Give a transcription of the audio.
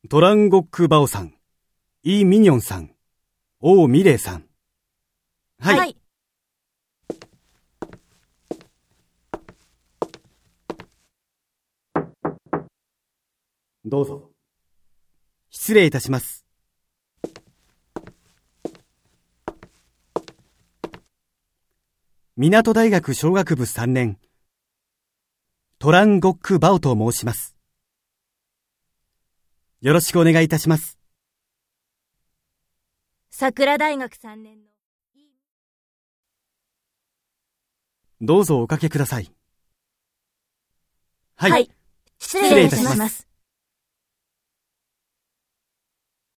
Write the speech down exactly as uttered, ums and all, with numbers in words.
トランゴックバオさん、イ・ミニョンさん、オウ・ミレイさん。はい。はい、どうぞ。失礼いたします。港大学商学部さんねん、トランゴックバオと申します。よろしくお願いいたします。 桜大学さんねんの。 どうぞおかけください。はい。 はい、失礼いたします。